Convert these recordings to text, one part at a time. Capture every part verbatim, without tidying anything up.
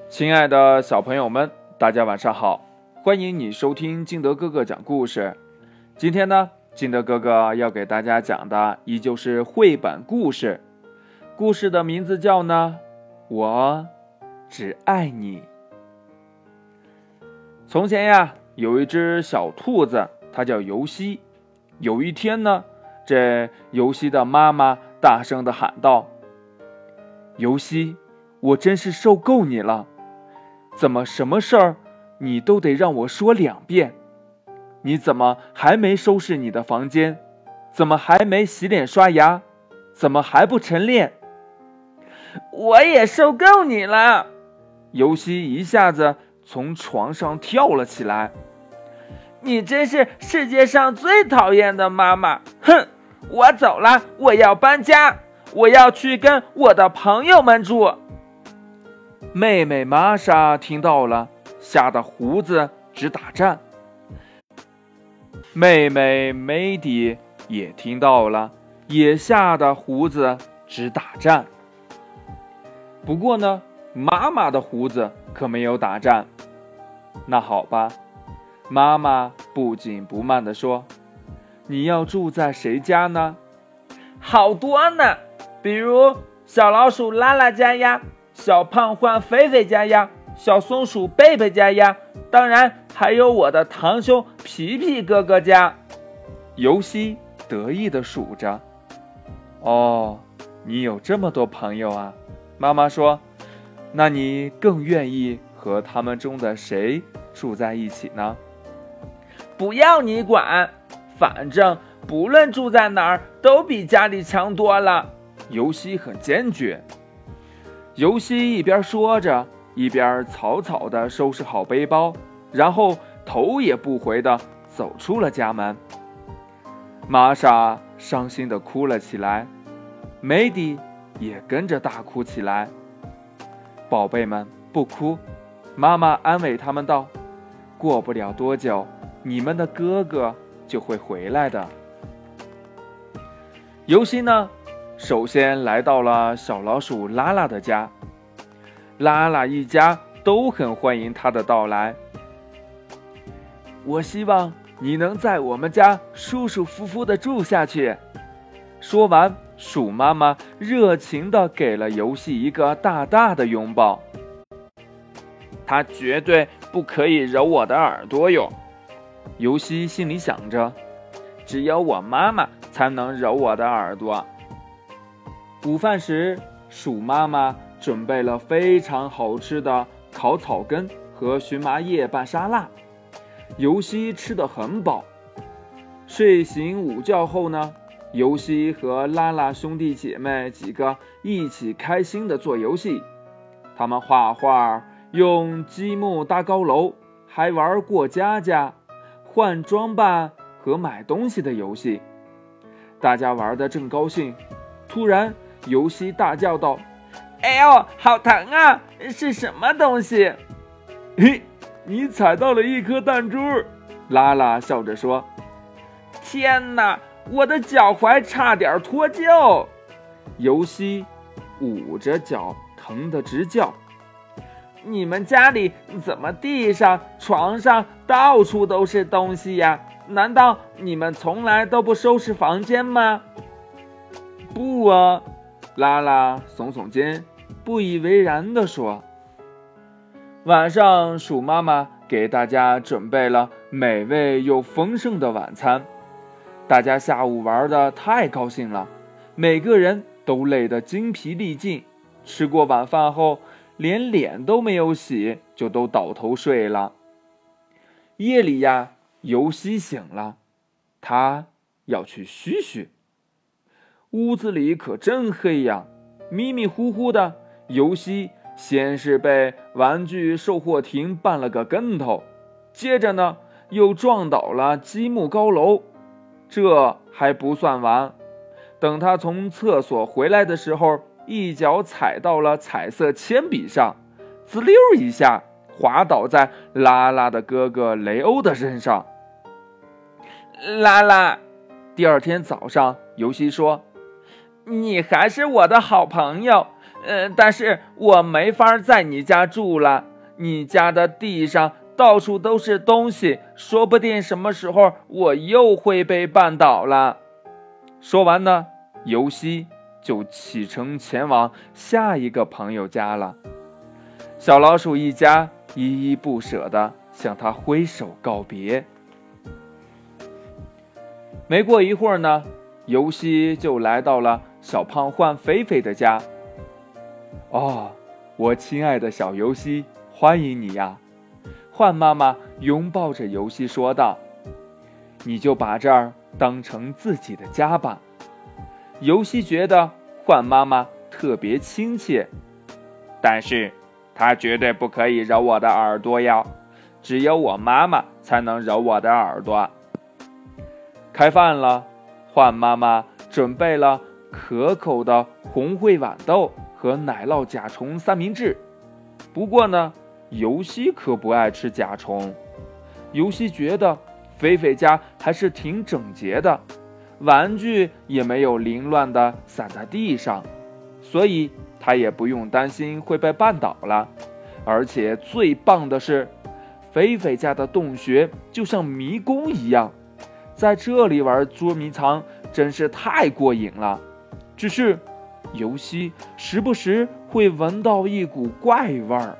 亲爱的小朋友们，大家晚上好，欢迎你收听金德哥哥讲故事。今天呢，金德哥哥要给大家讲的依旧是绘本故事，故事的名字叫呢，我只爱你。从前呀，有一只小兔子，它叫尤西。有一天呢，这尤西的妈妈大声地喊道：尤西，我真是受够你了，怎么什么事儿你都得让我说两遍？你怎么还没收拾你的房间？怎么还没洗脸刷牙？怎么还不晨练？ 我也受够你了！ 尤西一下子从床上跳了起来。 你真是世界上最讨厌的妈妈！哼，我走了，我要搬家，我要去跟我的朋友们住。 妹妹玛莎听到了，吓得胡子直打颤。妹妹梅迪也听到了，也吓得胡子直打颤。不过呢，妈妈的胡子可没有打颤。那好吧，妈妈不紧不慢地说：你要住在谁家呢？ 好多呢，比如小老鼠拉拉家呀，小胖獾菲菲家呀，小松鼠贝贝家呀，当然还有我的堂兄皮皮哥哥家。 尤西得意地数着。哦，你有这么多朋友啊。妈妈说，那你更愿意和他们中的谁住在一起呢？ 不要你管，反正不论住在哪儿都比家里强多了。 尤西很坚决。尤西一边说着，一边草草地收拾好背包，然后头也不回地走出了家门。玛莎伤心地哭了起来，梅迪也跟着大哭起来。宝贝们，不哭，妈妈安慰他们道，过不了多久，你们的哥哥就会回来的。尤西呢，首先来到了小老鼠拉拉的家。拉拉一家都很欢迎他的到来。我希望你能在我们家舒舒服服地住下去。说完，鼠妈妈热情地给了尤西一个大大的拥抱。 他绝对不可以揉我的耳朵哟。 尤西心里想着， 只有我妈妈才能揉我的耳朵。 午饭时，鼠妈妈准备了非常好吃的烤草根和荨麻叶拌沙拉，尤西吃得很饱。睡醒午觉后呢，尤西和拉拉兄弟姐妹几个一起开心地做游戏。他们画画，用积木搭高楼，还玩过家家、换装扮和买东西的游戏。大家玩得正高兴，突然尤西大叫道： 哎呦，好疼啊！是什么东西？ 嘿，你踩到了一颗弹珠！拉拉笑着说。 天哪，我的脚踝差点脱臼！ 尤西捂着脚，疼得直叫。 你们家里怎么地上、床上到处都是东西呀？难道你们从来都不收拾房间吗？ 不啊，拉拉耸耸肩，不以为然地说。晚上，鼠妈妈给大家准备了美味又丰盛的晚餐。大家下午玩得太高兴了，每个人都累得精疲力尽，吃过晚饭后连脸都没有洗，就都倒头睡了。夜里呀，尤西醒了，他要去嘘嘘。屋子里可真黑呀，迷迷糊糊的。尤西先是被玩具售货亭绊了个跟头，接着呢又撞倒了积木高楼。这还不算完，等他从厕所回来的时候，一脚踩到了彩色铅笔上，滋溜一下滑倒在拉拉的哥哥雷欧的身上。 拉拉， 第二天早上，尤西说， 你还是我的好朋友， 呃，但是我没法在你家住了，你家的地上到处都是东西，说不定什么时候我又会被绊倒了。” 说完呢，尤西就启程前往下一个朋友家了。小老鼠一家依依不舍地向他挥手告别。没过一会儿呢，尤西就来到了小胖獾菲菲的家。“哦，我亲爱的小尤西，欢迎你呀！”獾妈妈拥抱着尤西说道，“你就把这儿当成自己的家吧。”尤西觉得獾妈妈特别亲切，但是她绝对不可以揉我的耳朵呀，只有我妈妈才能揉我的耳朵。开饭了，獾妈妈准备了可口的红烩豌豆和奶酪甲虫三明治。不过呢，尤西可不爱吃甲虫。尤西觉得菲菲家还是挺整洁的，玩具也没有凌乱地散在地上，所以他也不用担心会被绊倒了。而且最棒的是，菲菲家的洞穴就像迷宫一样，在这里玩捉迷藏真是太过瘾了。只是尤西时不时会闻到一股怪味儿。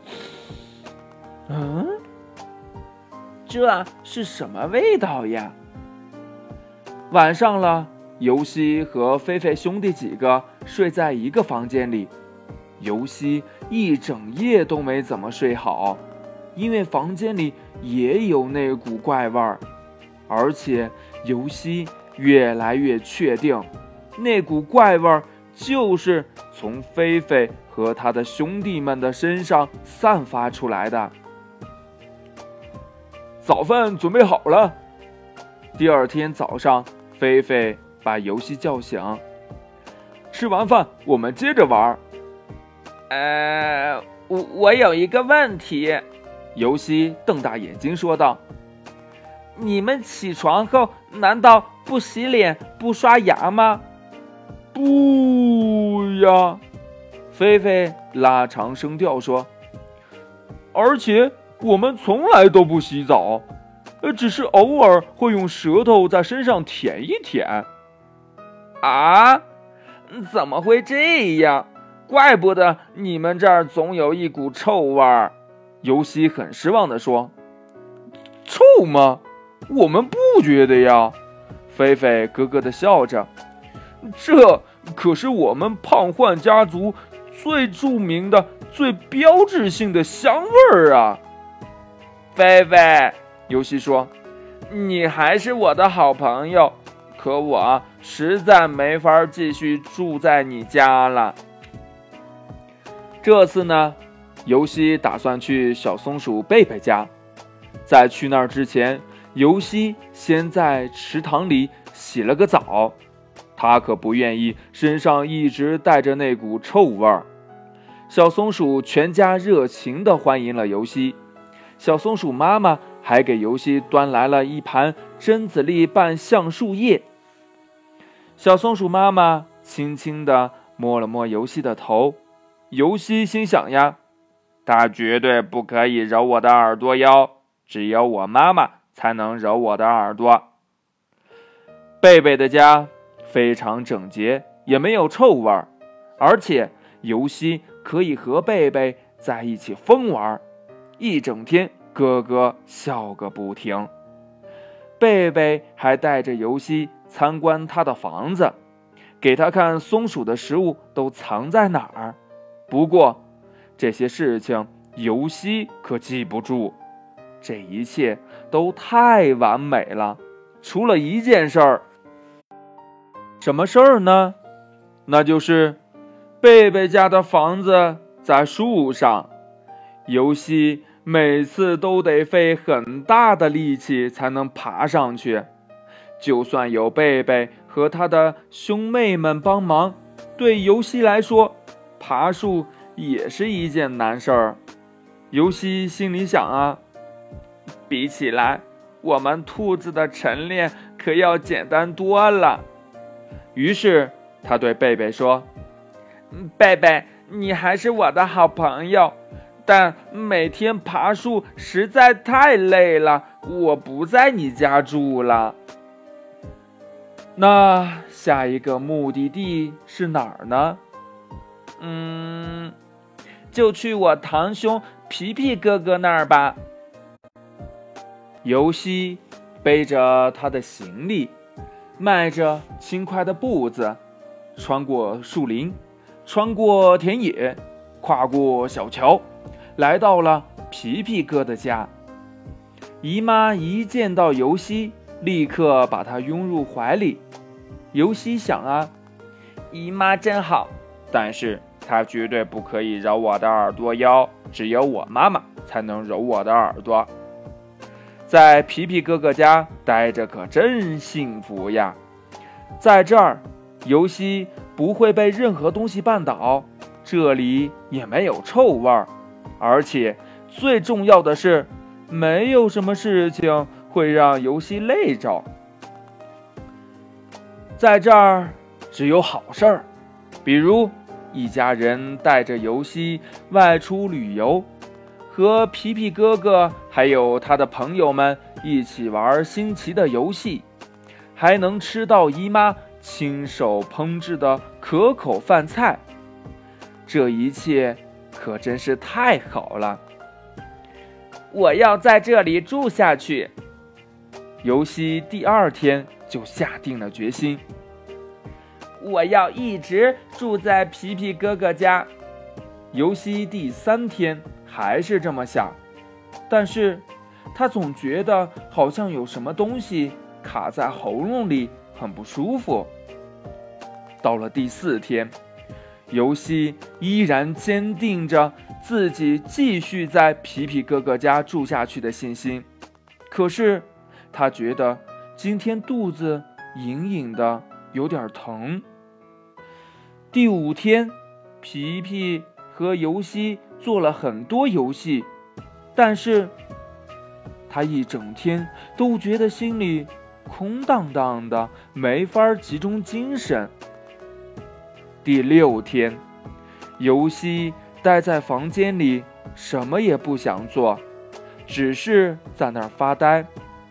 嗯，这是什么味道呀？ 晚上了，尤西和菲菲兄弟几个睡在一个房间里。尤西一整夜都没怎么睡好，因为房间里也有那股怪味儿。而且尤西越来越确定，那股怪味儿就是从菲菲和他的兄弟们的身上散发出来的。早饭准备好了。第二天早上，菲菲把尤西叫醒。吃完饭，我们接着玩。 呃，我我有一个问题。 尤西瞪大眼睛说道：“ 你们起床后难道不洗脸不刷牙吗？”“ 不呀。”菲菲拉长声调说，“而且我们从来都不洗澡，呃，只是偶尔会用舌头在身上舔一舔。”“ 啊？怎么会这样？怪不得你们这儿总有一股臭味儿。” 尤西很失望地说。“臭吗？我们不觉得呀。”菲菲咯咯地笑着，“这可是我们胖獾家族最著名的、最标志性的香味儿啊！”“ 菲菲，”尤西说，“你还是我的好朋友，可我实在没法继续住在你家了。” 这次呢，尤西打算去小松鼠贝贝家。在去那儿之前，尤西先在池塘里洗了个澡，他可不愿意身上一直带着那股臭味儿。小松鼠全家热情地欢迎了尤西，小松鼠妈妈还给尤西端来了一盘榛子粒拌橡树叶。小松鼠妈妈轻轻地摸了摸尤西的头，尤西心想呀，他绝对不可以揉我的耳朵哟，只有我妈妈才能揉我的耳朵。贝贝的家非常整洁，也没有臭味儿，而且尤西可以和贝贝在一起疯玩，一整天咯咯笑个不停。贝贝还带着尤西参观他的房子，给他看松鼠的食物都藏在哪儿。不过这些事情尤西可记不住，这一切都太完美了，除了一件事儿。什么事儿呢？那就是贝贝家的房子在树上，尤西每次都得费很大的力气才能爬上去，就算有贝贝和他的兄妹们帮忙，对尤西来说，爬树也是一件难事儿。尤西心里想啊，比起来，我们兔子的晨练可要简单多了。于是他对贝贝说：“ 贝贝，你还是我的好朋友，但每天爬树实在太累了，我不在你家住了。 那下一个目的地是哪儿呢？ 嗯，就去我堂兄皮皮哥哥那儿吧。 尤西背着他的行李，迈着轻快的步子，穿过树林，穿过田野，跨过小桥，来到了皮皮哥的家。姨妈一见到尤西，立刻把他拥入怀里。尤西想啊， 姨妈真好， 但是她绝对不可以揉我的耳朵哟，只有我妈妈才能揉我的耳朵。在皮皮哥哥家待着可真幸福呀！在这儿，尤西不会被任何东西绊倒，这里也没有臭味儿，而且最重要的是，没有什么事情会让尤西累着。在这儿只有好事儿，比如一家人带着尤西外出旅游，和皮皮哥哥还有他的朋友们一起玩新奇的游戏，还能吃到姨妈亲手烹制的可口饭菜。这一切可真是太好了！ 我要在这里住下去。 尤西第二天就下定了决心， 我要一直住在皮皮哥哥家。 尤西第三天还是这么想，但是他总觉得好像有什么东西卡在喉咙里，很不舒服。到了第四天，尤西依然坚定着自己继续在皮皮哥哥家住下去的信心，可是他觉得今天肚子隐隐的有点疼。第五天，皮皮和尤西做了很多游戏，但是他一整天都觉得心里空荡荡的，没法集中精神。第六天，尤西待在房间里，什么也不想做，只是在那儿发呆。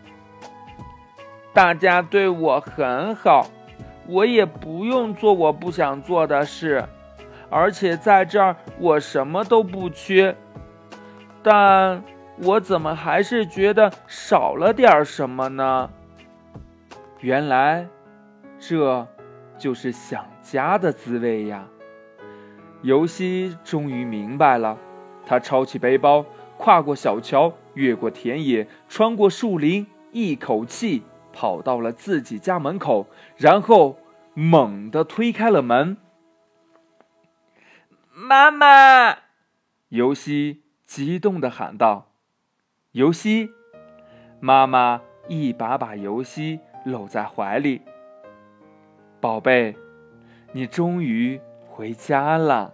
大家对我很好，我也不用做我不想做的事，而且在这儿我什么都不缺，但我怎么还是觉得少了点什么呢？ 原来这就是想家的滋味呀！尤西终于明白了，他抄起背包，跨过小桥，越过田野，穿过树林，一口气跑到了自己家门口，然后猛地推开了门。 妈妈！ 尤西激动地喊道。尤西，妈妈一把把尤西搂在怀里。宝贝，你终于回家了。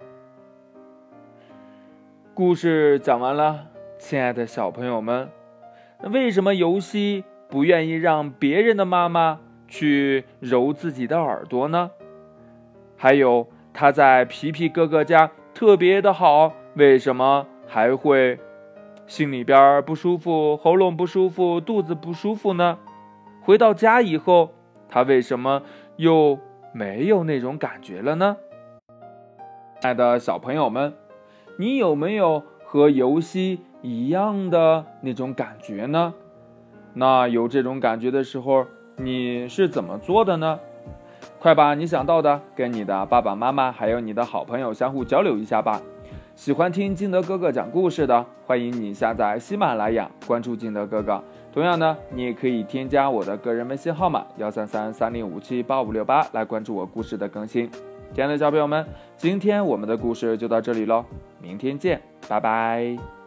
故事讲完了，亲爱的小朋友们，为什么尤西不愿意让别人的妈妈去揉自己的耳朵呢？还有他在皮皮哥哥家特别的好，为什么还会心里边不舒服，喉咙不舒服，肚子不舒服呢？回到家以后，他为什么又没有那种感觉了呢？亲爱的小朋友们，你有没有和尤西一样的那种感觉呢？那有这种感觉的时候，你是怎么做的呢？快把你想到的跟你的爸爸妈妈还有你的好朋友相互交流一下吧。喜欢听金德哥哥讲故事的，欢迎你下载喜马拉雅，关注金德哥哥。同样呢，你也可以添加我的个人微信号码幺三三三零五七八五六八来关注我故事的更新。亲爱的小朋友们，今天我们的故事就到这里咯，明天见，拜拜。